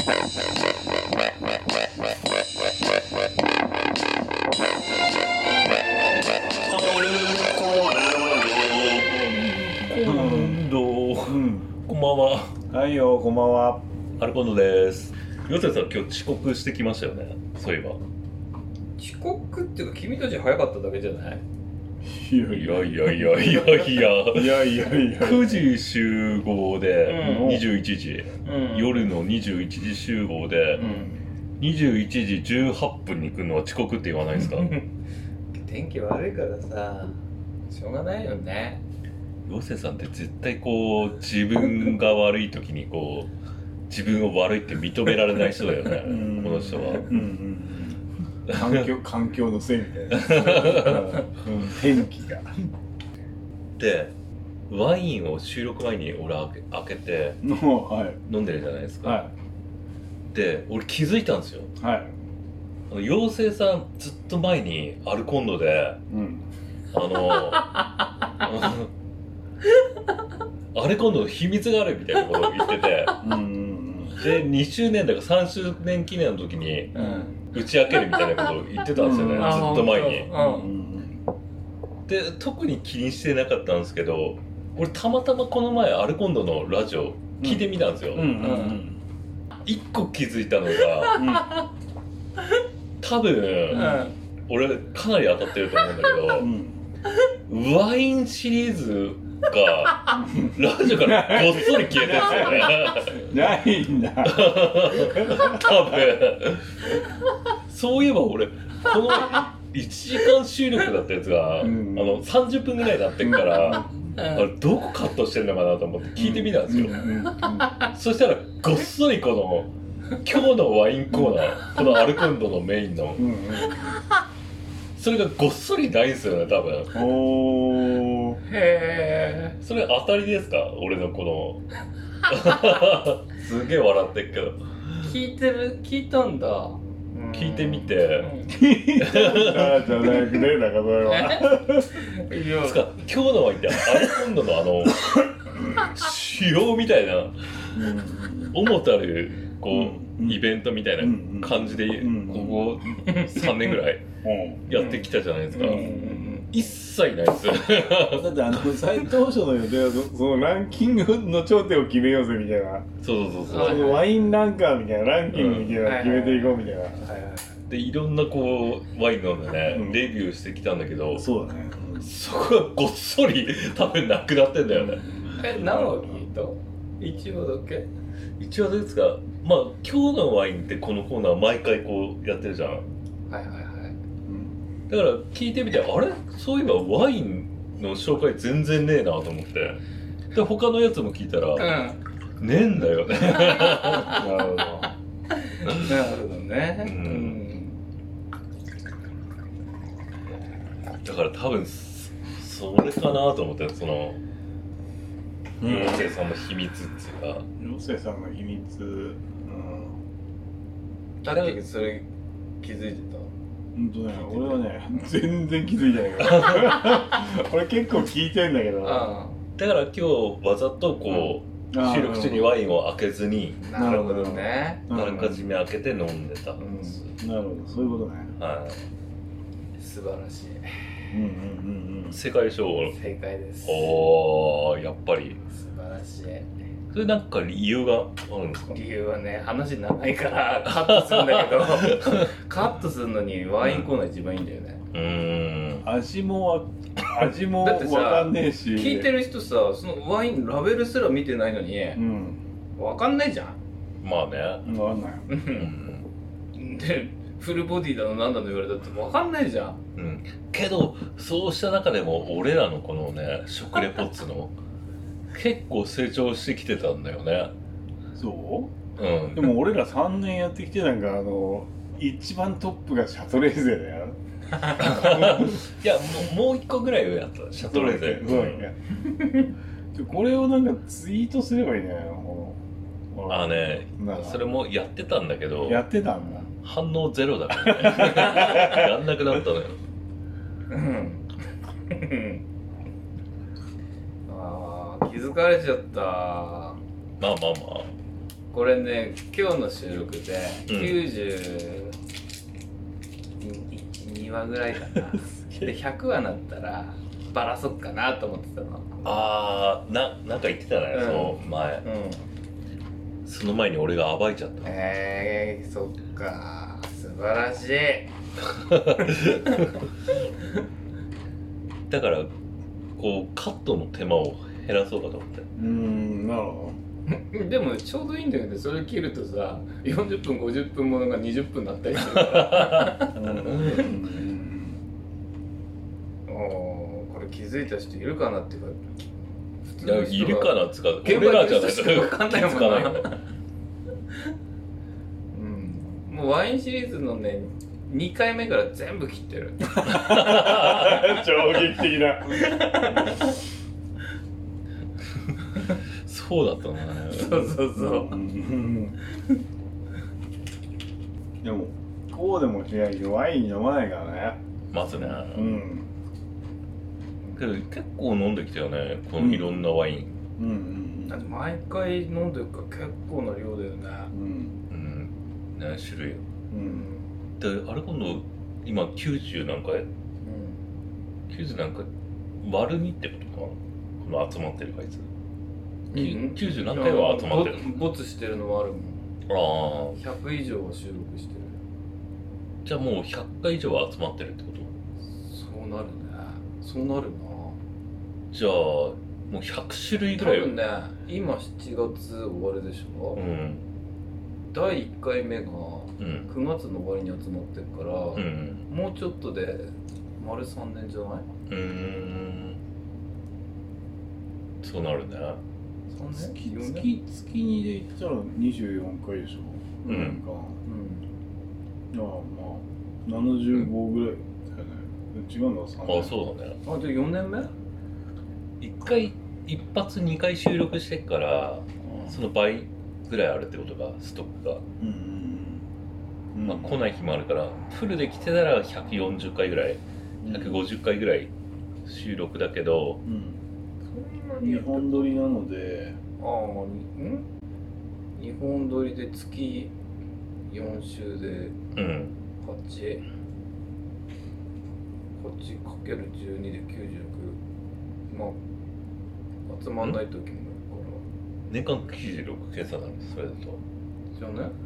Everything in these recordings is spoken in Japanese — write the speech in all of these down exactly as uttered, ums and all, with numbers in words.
今度、うん、こんばんは。 はいよ、こんばんは。 アルコンドです。ヨセさん、今日遅刻してきましたよね。そういえば。 遅刻っていうか、君たち早かっただけじゃない？ いやいやいやいやいやいやいやいやいやくじ集合でにじゅういちじ、うん、夜のにじゅういちじ集合で、うん、にじゅういちじじゅうはっぷんに来るのは遅刻って言わないですか？ 天気悪いからさ、しょうがないよね。 ヨセさんって絶対こう自分が悪い時にこう自分を悪いって認められない人だよね。この人は、うんうん環境環境のせいみたいな、うん、天気がでワインを収録前に俺開けて飲んでるじゃないですか、はい、で俺気づいたんですよ、はい、あの妖精さんずっと前にアルコンドで、うん、あのアルコンドの秘密があるみたいなことを言っててうんでにしゅうねんだかさんしゅうねん記念の時に、うん打ち明けるみたいなことを言ってたんですよね、うん、ずっと前に、うん、で特に気にしてなかったんですけど俺たまたまこの前アルコンドのラジオ聞いてみたんですよ、うんうんうん、いっこ気づいたのが、うん、多分、うん、俺かなり当たってると思うんだけど、うん、ワインシリーズがラジオからごっそり消えてるんですよねないんだ多分そういえば俺このいちじかん収録だったやつが、うん、あのさんじゅっぷんぐらいになってんから、うん、あれどこカットしてんのかなと思って聞いてみたんですよ、うんうんうん、そしたらごっそりこの今日のワインコーナーこのアルコンドのメインの、うんうん、それがごっそりないんですよね多分。 おーへーそれ当たりですか俺のこのすげえ笑ってっけど聞いてる聞いたんだ聞いてみて聞いたんだじゃなくねなんかそれはつか今日のワインってアルコンドのあの塩みたいな主たるこう、うん、イベントみたいな感じで、うん、ここさんねんぐらいやってきたじゃないですか、うんうん一切ないですだってあの最当初の予定は そ, そのランキングの頂点を決めようぜみたいなそうそうそうそうそのワインランカーみたいなランキングみたいなの決めていこうみたいな、うんはいはい、 でいろんなこうワイン飲んでね、うん、レビューしてきたんだけどそうだね、 うん、そこがごっそり多分なくなってんだよねえ何話聞いたいちわだけいちわですかまあ今日のワインってこのコーナー毎回こうやってるじゃんはいはいはいだから聞いてみてあれそういえばワインの紹介全然ねえなと思ってで他のやつも聞いたら、うん、ねえんだよねなるほどなるほどね、うん、 だから多分それかなと思ってその妖精さんの秘密っていうか妖精さんの秘密、うん、 だってそれ気づいてたほんとね、俺はね、全然気づいてないから俺結構聞いてんだけどああだから今日わざとこう、うん、収録中にワインを開けずになるほどねあらかじめ開けて飲んでたんです、 うん、なるほど、そういうことねはい素晴らしいうんうんうんうん正解でしょう正解ですおーやっぱり素晴らしいそれなんか理由があるんですか理由はね話長いからカットするんだけどカットするのにワインコーナー一番いいんだよねうーん味も味も分かんねえし聞いてる人さそのワインラベルすら見てないのに、うん、分かんないじゃんまあね分かんないうんでフルボディだのなんだの言われたって分かんないじゃん、 うん、けどそうした中でも俺らのこのね食レポっつの結構成長してきてたんだよねそう、 うん、 でも俺らさんねんやってきてなんかあの一番トップがシャトレーゼだよいやもう、もう一個ぐらいやったシャトレーゼそうね、うん、これをなんかツイートすればいいねああねそれもやってたんだけどやってたんだ反応ゼロだからねやんなくなったのよああ気づかれちゃったまあまあまあこれね今日の収録できゅうじゅうにわぐらいかなでひゃくわなったらバラそっかなと思ってたの。 あーな、なんか言ってたね、 うん、 その前、 うん、 その前に俺が暴いちゃった。 えー、そっか素晴らしいだからこうカットの手間を減らそうかと思って。 うーん、なるほでもちょうどいいんだよね。それ切るとさよんじゅっぷんごじゅっぷんものがにじゅっぷんになったりするからど。うんおーこれ気づいた人いるかなっていうか普いやいるかなっつうか現場俺らじゃないにいる人しか分かんないもんな気づかないようん、もうワインシリーズのねにかいめから全部切ってる衝撃的な。 そうだったね。 そうそうそう、 うんでもこうでもしないとワイン飲まないからね。 まずね、 うんけど結構飲んできたよね、このいろんなワイン。 うんうんだって毎回飲んでるから結構な量だよね。 うんうん何種類よ。 うんであれ今度今きゅうじゅうなんかうきゅうじゅうなんか割るにってことかな、この集まってる回数。きゅうきゅうじゅう何回は集まってるボボツしてるのもあるもん。 ああ、 ひゃくいじょうは収録してる。 じゃあもうひゃっかい以上は集まってるってこと。 そうなるね。そうなるな。 じゃあもうひゃくしゅるいぐらいよ。 多分ね、今しちがつ終わるでしょ、 うん、 だいいっかいめがうんくがつの終わりに集まってるから、 うんもうちょっとで丸さんねんじゃない？ うーん、そうなるね。 さんねん？ 月よねん？ 月月にで言ったらにじゅうよんかいでしょ。 うんなんかうん。 ああまあななじゅうごぐらいだよね。違うのはさんねん。 あ、そうだね。 あ、じゃあよねんめ？ 一回一発にかい収録してからその倍ぐらいあるってことがストックが、 うんうんうん。 まあ、来ない日もあるからフルで来てたらひゃくよんじゅっかいぐらいひゃくごじゅっかいぐらい収録だけど、 うん。 そんなに日本撮りなので。 ああ、ん日本撮りで月よんしゅうでうんはち、はちかけるじゅうにできゅうじゅうろく、まあ集まんない時もあるから年間きゅうじゅうろく計算なんですそれだと。 じゃあね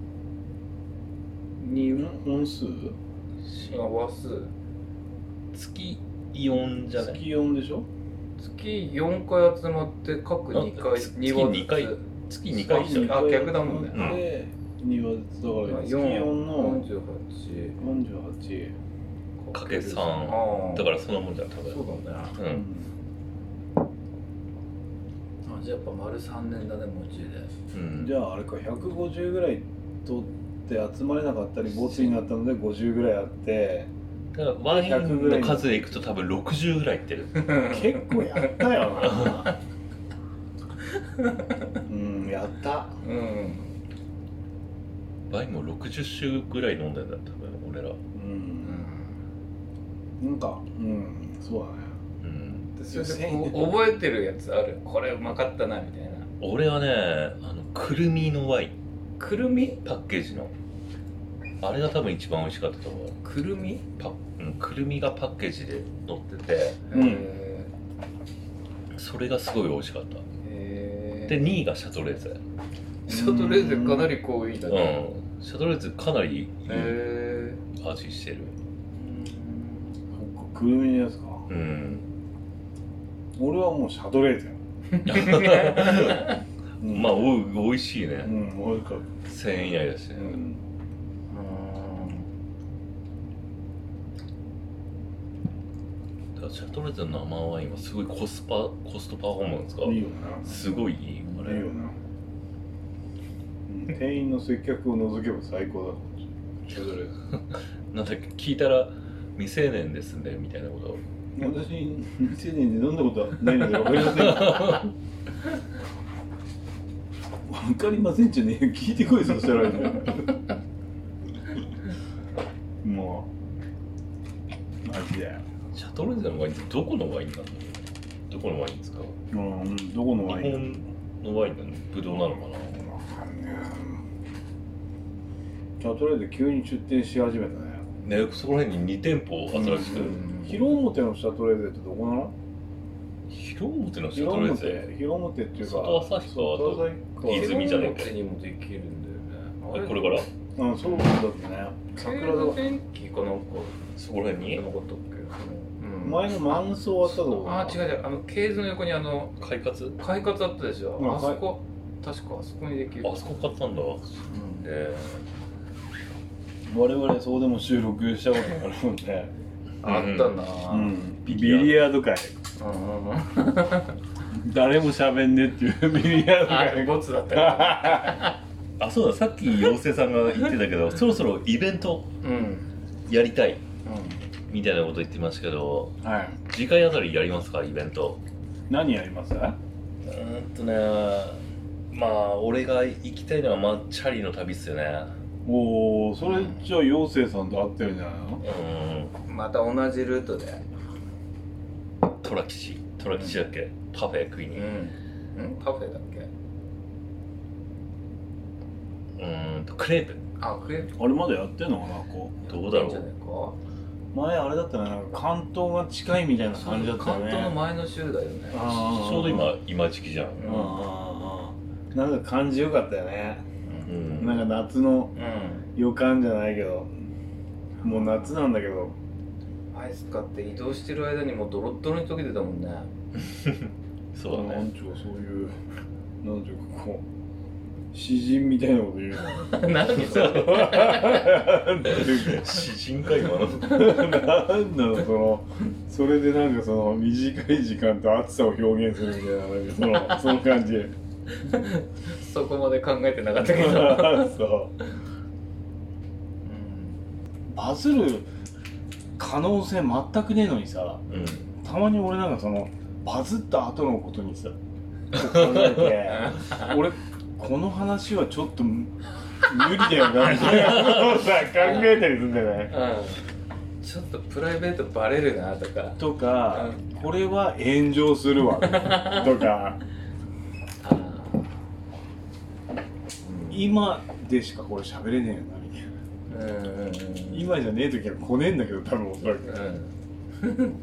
に本数？ あ話数月よんじゃない？ 月よんでしょ？ 月よんかい集まって各にかい月にわずつにかい月にかいじゃん。 あ逆だもんねうんでにわずつだから月よんのよんじゅうはちよんじゅうはち。 かけさんああだからそんなもんじゃん多分。 そうだね。 ううんん。 あじゃあやっぱ丸さんねんだねもちで。 うん、 じゃああれかひゃくごじゅうぐらい取って集まれなかったりボツになったのでごじゅうぐらいあってだからワインの数でいくと多分ろくじゅうぐらいいってる。 結構やったよな。うんやったうん。 ワインもろくじゅっしゅうぐらい飲んでんだ多分俺ら。 うんなんかうんそうだねうん、 ですそれでよせんこう覚えてるやつある？これうまかったなみたいな。 俺はねあのくるみのワインくるみ？ パッケージのあれが多分一番美味しかったと思う。 くるみ？ パうん、くるみがパッケージで載っててうんへそれがすごい美味しかった。 え。 でにいがシャトレーゼ。 シャトレーゼかなり濃いだうね。 ん、シャトレーゼかなりいいへえ。 味してる。 くるみのやつかうん俺はもうシャトレーゼうんまあお美味しいね、 うん美味しかっせんえん以内だしね、 たうんだからシャトレーゼの生ワインはすごいコスパコストパフォーマンスがいいよなすごいいいあれ。 いいよな、うん、店員の接客を除けば最高だシャトレーゼなんだっけ聞いたら未成年ですねみたいなことを私未成年で飲んだことはないので分かりません分かりませんじゃねえよ聞いてこいそしたらいいんだよもうマジだよシャトレーゼのワインってどこのワインなの？どこのワインですか？ うんどこのワイン日本のワインなの？ブドウなのかな？ わかんシャトレーゼ急に出店し始めたね。 ね、そこら辺にに店舗新しく、 広表のシャトレーゼってどこなの？ 広表のシャト広レーゼ表、広表っていうか外旭川と外旭川泉じゃねえか表にもできるんだよね。あれこれからうん、そうだってね。桜田電気かなんかそこら辺になかったっけ？うん前の満層あったとこあー違う違う、あのケーズの横にあの快活快活あったでしょ。 うんあそこ確かあそこにできる。 あそこ買ったんだ、 うんえ我々そうでも収録したことがあるもんね。 あったな。 うん、ビリヤード会。 うんうんうん。 誰も喋んねっていうビリヤードあ会。 ボツだったから。 ー、あそうだ、さっき妖精さんが言ってたけどそろそろイベントうんやりたいうん。 みたいなこと言ってましたけど、 はい。 次回あたりやりますか、イベント。 何やります？ うーんとね、まあ俺が行きたいのは、まあ、チャリの旅っすよね。 おお、それじゃあ妖精さんと会ってるんじゃないの？ うん、 また同じルートで。 虎吉虎吉だっけ、パフェ食いに、 うん。うんパフェだっけ？ うーんとクレープあクレープ。 あれまだやってんのかな、こどうだろう。 いいんじゃないか。 う。前あれだったらなんか関東が近いみたいな感じだったよね。 関東の前の週だよね。 あーちょうど今今時期じゃん。 うんうんうん。なんか感じよかったよね。 うん、 なんか夏のうん。 予感じゃないけど、もう夏なんだけど。 アイス買って移動してる間にもうドロッドロに溶けてたもんね。 そうだね。 なんちゅうそういうなんちゅうかこう詩人みたいなこと言うの。 何それ。 詩人か今の。 なんなのそのそれでなんかその短い時間と暑さを表現するみたいな、なんかそのその感じ。 そこまで考えてなかったけど。 そうバズる可能性全くねえのにさ、 うん、 たまに俺なんかそのバズった後のことにさ考えて俺この話はちょっと無理だよなみたいなことをさ考えたりするんだよね。 うん。ちょっとプライベートバレるなとか。 とか、これは炎上するわとか、 あ今でしかこれ喋れねえよなみたいな。 ーうんうんうん。 今じゃねえ時は来ねえんだけど多分おそらく。 うん。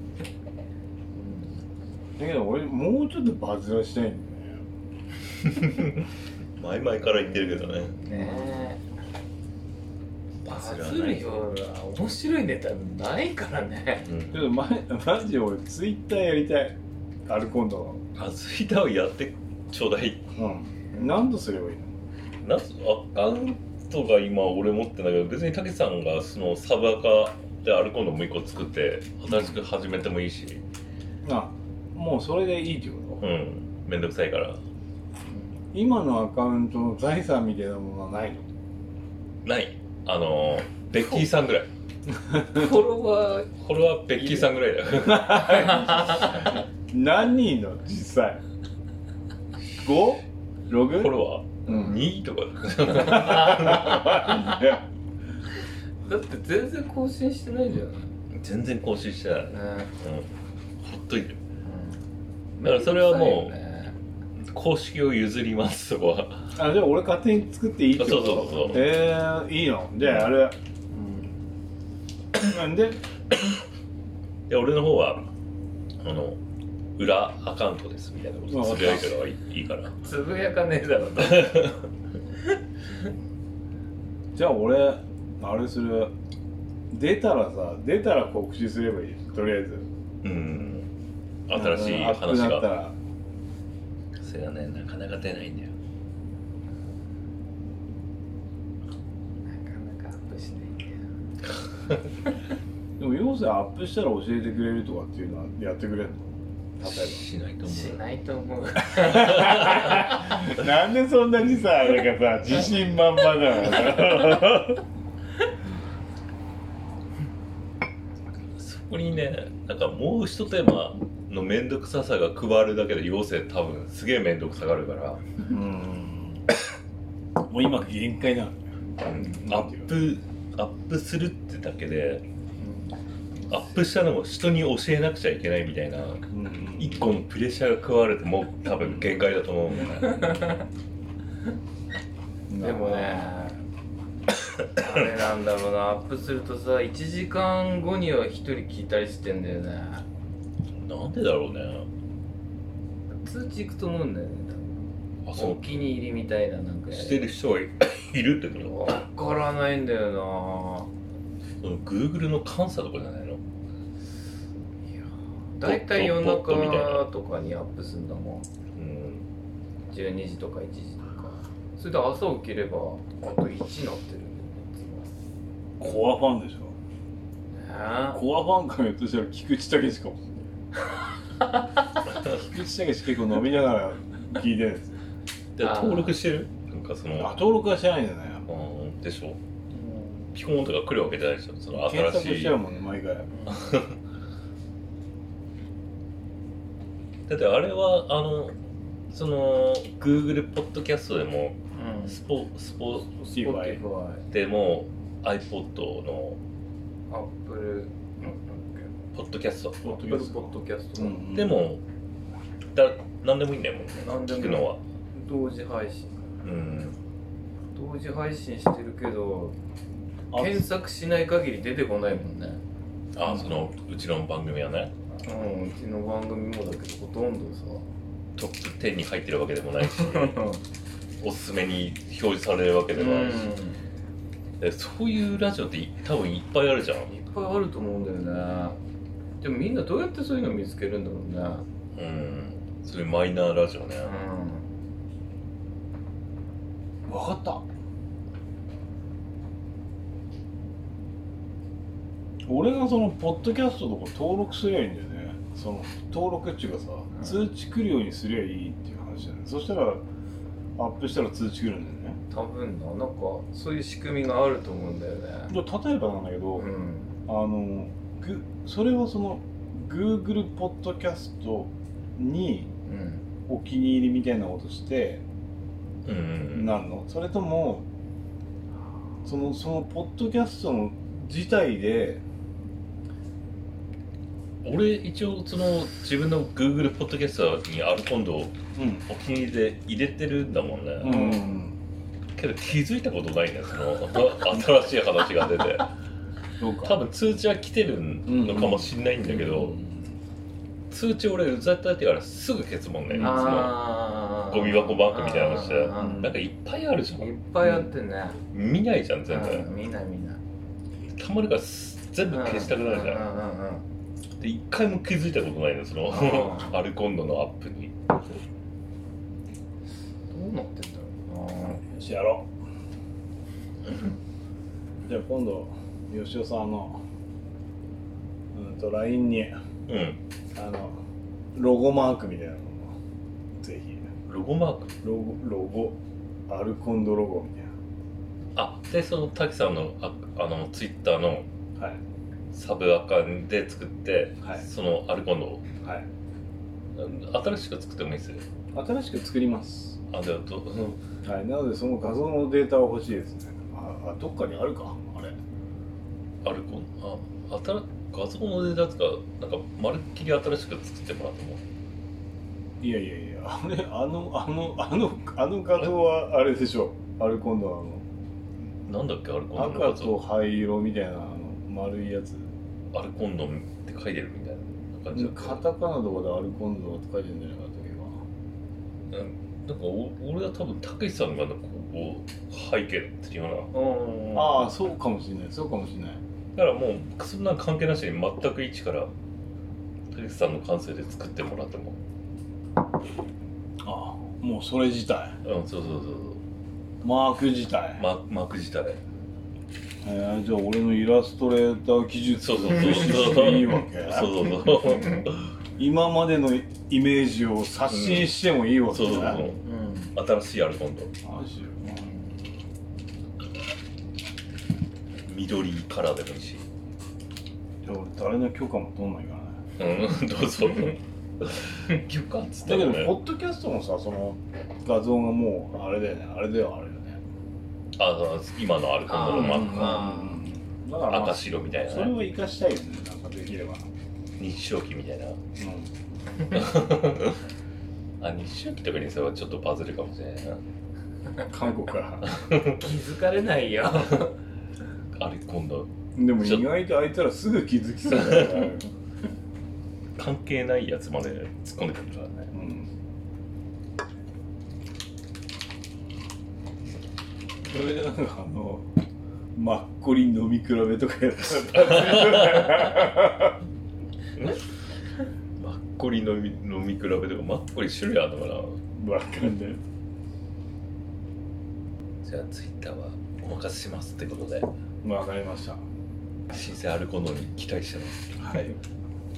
だけど俺もうちょっとバズらしたいんだよね。 前々から言ってるけどね。 ねえ。ババズらズるような面白いネタないからね。 うん、 けど前マジで俺ツイッターやりたい。アルコンドあツイッターをやってちょうだい。 の。うん。何度すればいいの？ なんすアカウントが今俺持ってんだけど、別にたけさんがそのサブアカでアルコンドもう一個作って新しく始めてもいいし、 あ、もうそれでいいってこと？ うん、めんどくさいから。 今のアカウントの財産みたいなものはないの？ ないあのベッキーさんぐらい。 フォロワーこれはベッキーさんぐらいだよ。 何人いんの実際？ ご？ろく？ これはうんにとか。 だって全然更新してないじゃん。 全然更新してない。うん、 ね。 ほっといて。 うん。 だからそれはもうめんどくさいよね。 公式を譲ります、そこは。 あ、じゃあ俺勝手に作っていいってこと？ そうそうそうそうえー、いいの？じゃああれなんで？ で俺の方はあの裏アカウントですみたいなことつぶやいてるのがいいから。 つぶやかねえだろ。 じゃあ俺あれする。出たらさ、出たら告知すればいい。とりあえず。 うん。新しいアップ話が。 だったら。 それはね、なかなか出ないんだよ。 なかなかアップしないんだよ。 でも要するにアップしたら教えてくれるとかっていうのはやってくれるの？例しないと思う。 しないと思う。 えば。なんでそんなにさ、なんかさ、自信満々なの？ そこにね、なんかもう一テーマのめんどくささが加わるだけで妖精多分すげえめんどくさがるから。 うん。もう今限界なの。 アップアップするってだけで、アップしたのも人に教えなくちゃいけないみたいなうん一個のプレッシャーが加わるともう多分限界だと思うんだよね。 うでもねあれなんだろうな、アップするとさいちじかんごにはひとり聞いたりしてんだよね。 なんでだろうね。 通知いくと思うんだよね多分。 あ、そうお気に入りみたいななんかしてる人はいいるってこと？ わからないんだよな。 その Google の監査とかじゃないの？ だいたい夜ポットみたいな中とかにアップするんだもん。 うん。 じゅうにじとかいちじとか。それで朝起きればあといちになってるんだよね。 コアファンでしょ。 ねコアファンかもとしたら菊池武しかも菊池武結構飲みながら聞いてるんですよ。 で登録してる？なんかそのあ、登録はしてないんだよね。 うんでしょ。ピコンとか来るわけじゃないでしょ。その新検索しい。 しちゃうもんね毎回。 だってあれはあのその Google ポッドキャストでもうん。 スポスポ Spotify でも iPod のアップルポッドキャストポッドキアップルャストポッドキャスト、 うんでもだ何でもいいんだよもう何でも聞くのは。 同時配信うん。 同時配信してるけどあ検索しない限り出てこないもんね。 あそのうちの番組はねうん、うちの番組もだけどほとんどさトップじゅうに入ってるわけでもないしおすすめに表示されるわけでもないし、でそういうラジオって多分いっぱいあるじゃん。 いっぱいあると思うんだよね。でもみんなどうやってそういうの見つけるんだろうね。 うんそういうマイナーラジオね。 分かった。俺がそのポッドキャストとか登録すりゃいいんだよね。その登録っていうかさ、 うん、 通知来るようにすりゃいいっていう話だよね。そしたらアップしたら通知来るんだよね。 多分な、なんかそういう仕組みがあると思うんだよね。 じゃあ例えばなんだけど、 うん、 あのぐそれはその Google ポッドキャストにうん、 お気に入りみたいなことしてうんうんなるの？それともそのそのポッドキャストの自体で俺一応その自分の Google ポッドキャストにアルコンドをうんお気に入りで入れてるんだもんね、 うんうんけど気づいたことないねその新しい話が出てそうか多分通知は来てるのかもしんないんだけど、通知俺うざったってからすぐ消すもんね、いつもあーゴミ箱バンクみたいなのしてあーなんかいっぱいあるじゃん、 いっぱいあってね、 見ないじゃん全然、 うん、みんなみんなたまるから全部消したくなるじゃん、 うんうんうんうん、 で一回も気づいたことないのそのうんアルコンドのアップに。 どうなってんだろうな。 よしやろうじゃあ今度吉尾さんのうんと ライン にうんあのロゴマークみたいなのをぜひロゴマークロゴロゴアルコンドロゴみたいあでその滝さんのああのツイッターのなはいサブアカで作って、 はいそのアルコンドをはい新しく作ってもいいですよ。 新しく作りますあでとはいなのでその画像のデータは欲しいですねああどっかにあるかあれアルコンああたら画像のデータとかなんかまるっきり新しく作ってもらってもいやいやいやあれあのあのあのあの画像はあれでしょアルコンドのあなんだっけアルコンのドの画像赤と灰色みたいなあの丸いやつアルコンドって書いてるみたいな感じだったカタカナとかでアルコンドって書いてるんじゃなかったっけかうんなんかお俺は多分たけしさんがなんかこう背景っていうようなああそうかもしれないそうかもしれないだからもうそんな関係なしに全く一からたけしさんの感性で作ってもらってもああもうそれ自体うんそうそうそうマーク自体、 そうママーク自体えー、じゃあ俺のイラストレーター技術そうそうそう駆使していいわけそうそうそう今までのイメージを刷新してもいいわけそうそうね、 そう新しいアルコンドマジよ緑カラーでもいいしじゃあ俺誰の許可も取んないからねうんどうぞ許可っつっただけど、 らねポッドキャストのさその画像がもうあれだよねあれではあれよねあ今のアルコンドのマークあだから、まあ、 赤白みたいなそれねは生かしたいよねなんかできれば日照期みたいなうあ日照期とかにすればちょっとバズるかもしれないな韓国から気づかれないよ。 あれ今度でも意外とあいつらすぐ気づきそうだよね関係ないやつまで突っ込んでくるからね。 それでなんかあのマッコリ飲み比べとかやったマッコリ飲み飲み比べとかマッコリ種類あるのかな。 わかんないじゃあツイッターはお任せしますってことで、 わかりました。 新生アルコンドに期待してます。 はい。